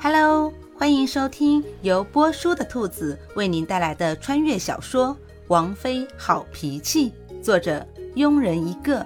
Hello， 欢迎收听由波叔的兔子为您带来的穿越小说《王妃好脾气》，作者庸人一个。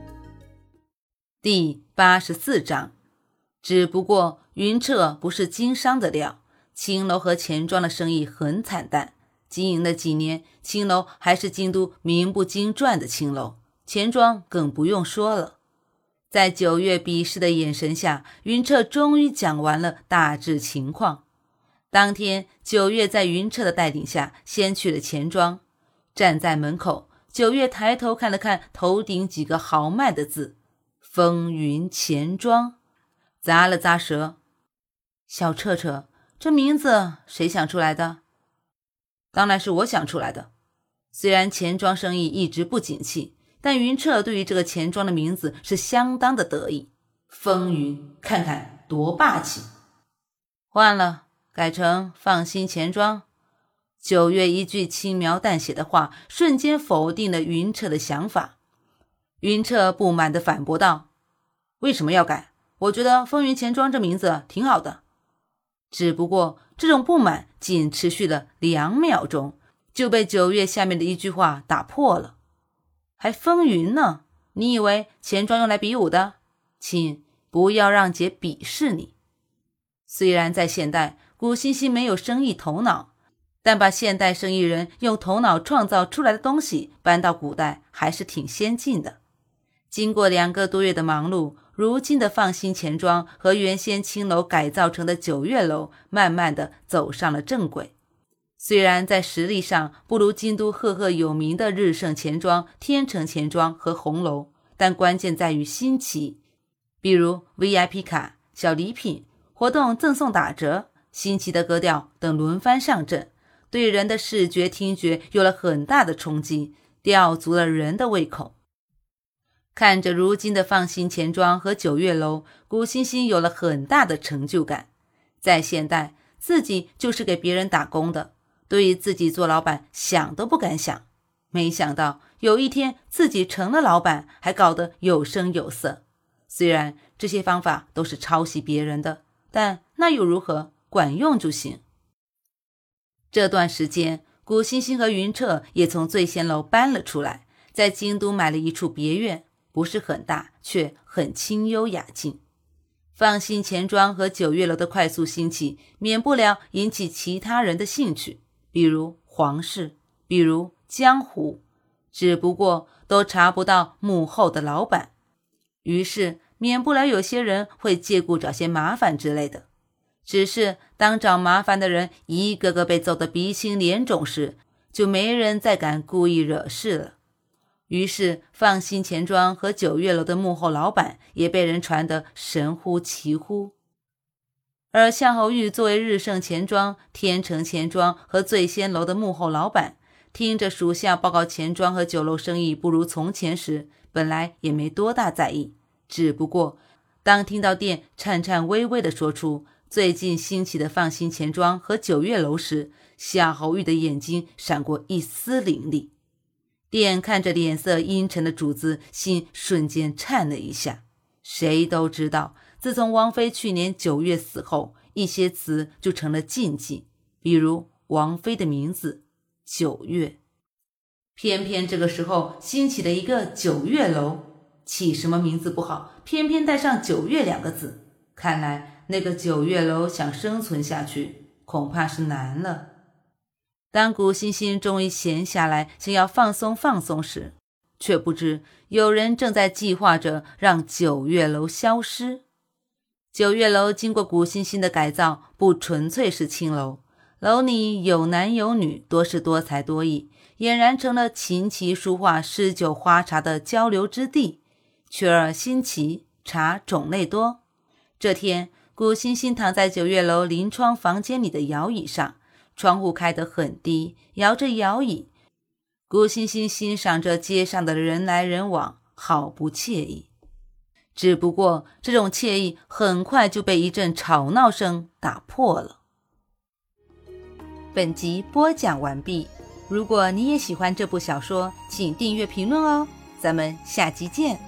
第84章。只不过云彻不是经商的料，青楼和钱庄的生意很惨淡，经营了几年，青楼还是京都名不经传的青楼，钱庄更不用说了。在9月鄙视的眼神下，云彻终于讲完了大致情况。当天9月在云彻的带领下先去了钱庄，站在门口，9月抬头看了看头顶几个豪迈的字，风云钱庄，咂了咂舌。小彻彻，这名字谁想出来的？当然是我想出来的。虽然钱庄生意一直不景气，但云彻对于这个钱庄的名字是相当的得意。风云，看看多霸气。换了，改成放心钱庄。9月一句轻描淡写的话，瞬间否定了云彻的想法。云彻不满地反驳道：为什么要改？我觉得风云钱庄这名字挺好的。只不过这种不满仅持续了2秒钟，就被9月下面的一句话打破了。还风云呢？你以为钱庄用来比武的？亲，不要让姐鄙视你。虽然在现代，古欣欣没有生意头脑，但把现代生意人用头脑创造出来的东西搬到古代还是挺先进的。经过2个多月的忙碌，如今的放心钱庄和原先青楼改造成的9月楼慢慢地走上了正轨。虽然在实力上不如京都赫赫有名的日盛钱庄、天成钱庄和红楼，但关键在于新奇，比如 VIP 卡、小礼品、活动赠送打折、新奇的格调等轮番上阵，对人的视觉听觉有了很大的冲击，吊足了人的胃口。看着如今的放心钱庄和9月楼，古欣欣有了很大的成就感。在现代，自己就是给别人打工的，对于自己做老板想都不敢想。没想到有一天自己成了老板，还搞得有声有色。虽然这些方法都是抄袭别人的，但那又如何，管用就行。这段时间，古欣欣和云彻也从醉仙楼搬了出来，在京都买了一处别院，不是很大，却很清幽雅静。放心钱庄和9月楼的快速兴起，免不了引起其他人的兴趣，比如皇室，比如江湖，只不过都查不到幕后的老板，于是免不了有些人会借故找些麻烦之类的。只是当找麻烦的人一个个被揍得鼻青脸肿时，就没人再敢故意惹事了。于是放心钱庄和9月楼的幕后老板也被人传得神乎其乎。而夏侯玉作为日盛钱庄、天成钱庄和醉仙楼的幕后老板，听着属下报告钱庄和酒楼生意不如从前时，本来也没多大在意。只不过当听到店颤颤巍巍地说出最近兴起的放心钱庄和9月楼时，夏侯玉的眼睛闪过一丝凌厉。店看着脸色阴沉的主子，心瞬间颤了一下。谁都知道，自从王妃去年9月死后，一些词就成了禁忌，比如王妃的名字9月。偏偏这个时候兴起了一个9月楼，起什么名字不好，偏偏带上9月2个字，看来那个9月楼想生存下去，恐怕是难了。当古欣欣终于闲下来，想要放松时，却不知有人正在计划着让9月楼消失。9月楼经过古欣欣的改造，不纯粹是青楼，楼里有男有女，多是多才多艺，俨然成了琴棋书画诗酒花茶的交流之地，曲儿新奇，茶种类多。这天，古欣欣躺在9月楼临窗房间里的摇椅上，窗户开得很低，摇着摇椅，古欣欣欣赏着街上的人来人往，好不惬意。只不过这种惬意很快就被一阵吵闹声打破了。本集播讲完毕，如果你也喜欢这部小说，请订阅评论哦，咱们下集见。